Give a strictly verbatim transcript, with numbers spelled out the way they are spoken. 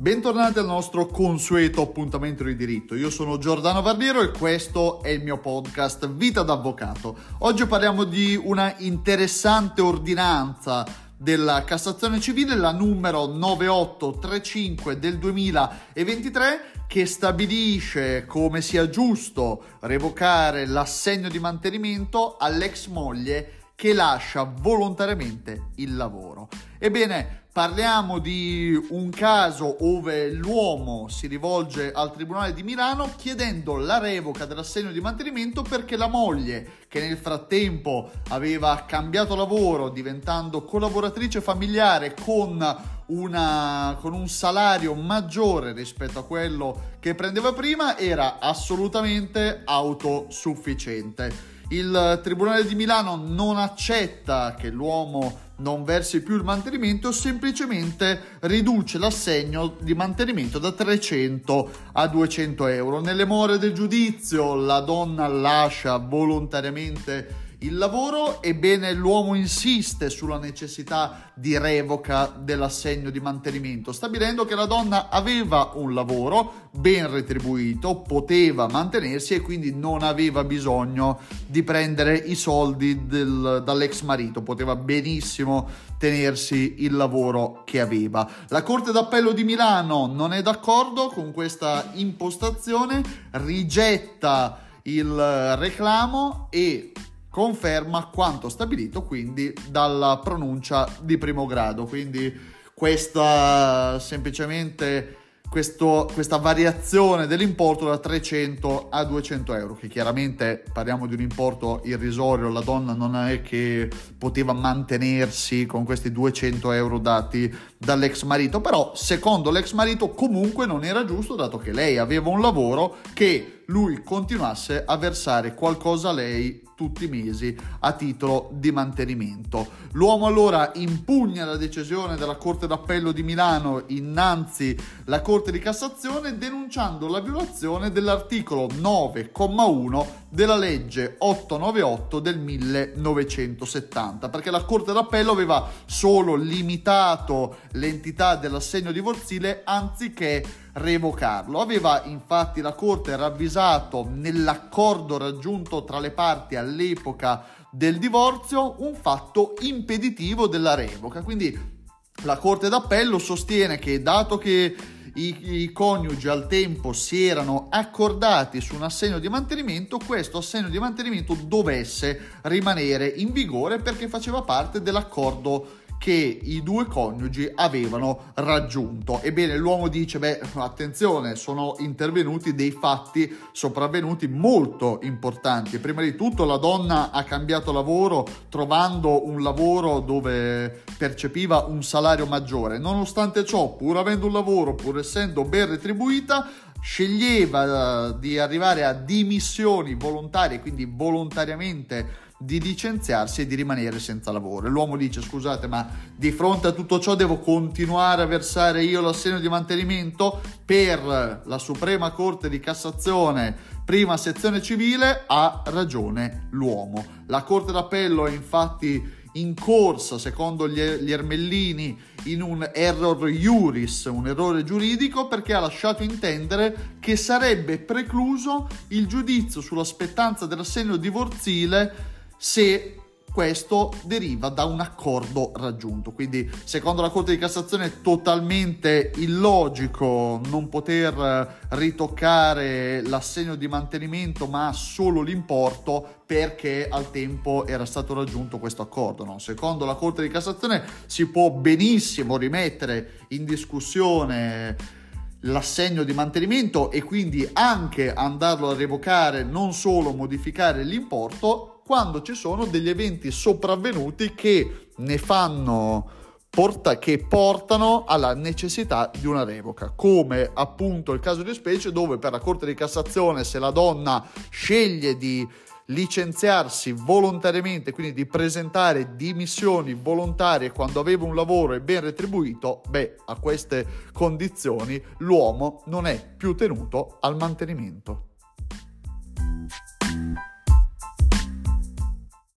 Bentornati al nostro consueto appuntamento di diritto. Io sono Giordano Vardiero e questo è il mio podcast Vita d'Avvocato. Oggi parliamo di una interessante ordinanza della Cassazione Civile, la numero novantaotto trentacinque del duemilaventitré, che stabilisce come sia giusto revocare l'assegno di mantenimento all'ex moglie che lascia volontariamente il lavoro. Ebbene, parliamo di un caso dove l'uomo si rivolge al Tribunale di Milano chiedendo la revoca dell'assegno di mantenimento perché la moglie, che nel frattempo aveva cambiato lavoro diventando collaboratrice familiare con, una, con un salario maggiore rispetto a quello che prendeva prima, era assolutamente autosufficiente. Il Tribunale di Milano non accetta che l'uomo non versi più il mantenimento, semplicemente riduce l'assegno di mantenimento da trecento a duecento euro. Nelle more del giudizio la donna lascia volontariamente il lavoro, ebbene l'uomo insiste sulla necessità di revoca dell'assegno di mantenimento, stabilendo che la donna aveva un lavoro ben retribuito, poteva mantenersi e quindi non aveva bisogno di prendere i soldi del, dall'ex marito, poteva benissimo tenersi il lavoro che aveva. La Corte d'Appello di Milano non è d'accordo con questa impostazione, rigetta il reclamo e conferma quanto stabilito quindi dalla pronuncia di primo grado. Quindi questa semplicemente questo, questa variazione dell'importo da trecento a duecento euro, che chiaramente parliamo di un importo irrisorio, la donna non è che poteva mantenersi con questi duecento euro dati dall'ex marito, però secondo l'ex marito comunque non era giusto, dato che lei aveva un lavoro, che lui continuasse a versare qualcosa a lei tutti i mesi a titolo di mantenimento. L'uomo allora impugna la decisione della Corte d'Appello di Milano innanzi alla Corte di Cassazione, denunciando la violazione dell'articolo nove comma uno della legge ottocentonovantotto del millenovecentosettanta, perché la Corte d'Appello aveva solo limitato l'entità dell'assegno divorzile anziché revocarlo. Aveva infatti la Corte ravvisato nell'accordo raggiunto tra le parti all'epoca del divorzio un fatto impeditivo della revoca. Quindi la Corte d'Appello sostiene che, dato che i, i coniugi al tempo si erano accordati su un assegno di mantenimento, questo assegno di mantenimento dovesse rimanere in vigore perché faceva parte dell'accordo che i due coniugi avevano raggiunto. Ebbene, l'uomo dice: beh, attenzione, sono intervenuti dei fatti sopravvenuti molto importanti. Prima di tutto la donna ha cambiato lavoro, trovando un lavoro dove percepiva un salario maggiore. Nonostante ciò, pur avendo un lavoro, pur essendo ben retribuita, sceglieva di arrivare a dimissioni volontarie, quindi volontariamente di licenziarsi e di rimanere senza lavoro. E l'uomo dice: scusate, ma di fronte a tutto ciò devo continuare a versare io l'assegno di mantenimento? Per la Suprema Corte di Cassazione, prima sezione civile, ha ragione l'uomo. La Corte d'Appello è infatti in corsa, secondo gli, gli Ermellini, in un error iuris, un errore giuridico, perché ha lasciato intendere che sarebbe precluso il giudizio sulla spettanza dell'assegno divorzile se questo deriva da un accordo raggiunto. Quindi, secondo la Corte di Cassazione, è totalmente illogico non poter ritoccare l'assegno di mantenimento ma solo l'importo, perché al tempo era stato raggiunto questo accordo. No? Secondo la Corte di Cassazione si può benissimo rimettere in discussione l'assegno di mantenimento e quindi anche andarlo a revocare, non solo modificare l'importo, quando ci sono degli eventi sopravvenuti che ne fanno porta, che portano alla necessità di una revoca, come appunto il caso di specie, dove per la Corte di Cassazione, se la donna sceglie di licenziarsi volontariamente, quindi di presentare dimissioni volontarie quando aveva un lavoro e ben retribuito, beh, a queste condizioni l'uomo non è più tenuto al mantenimento.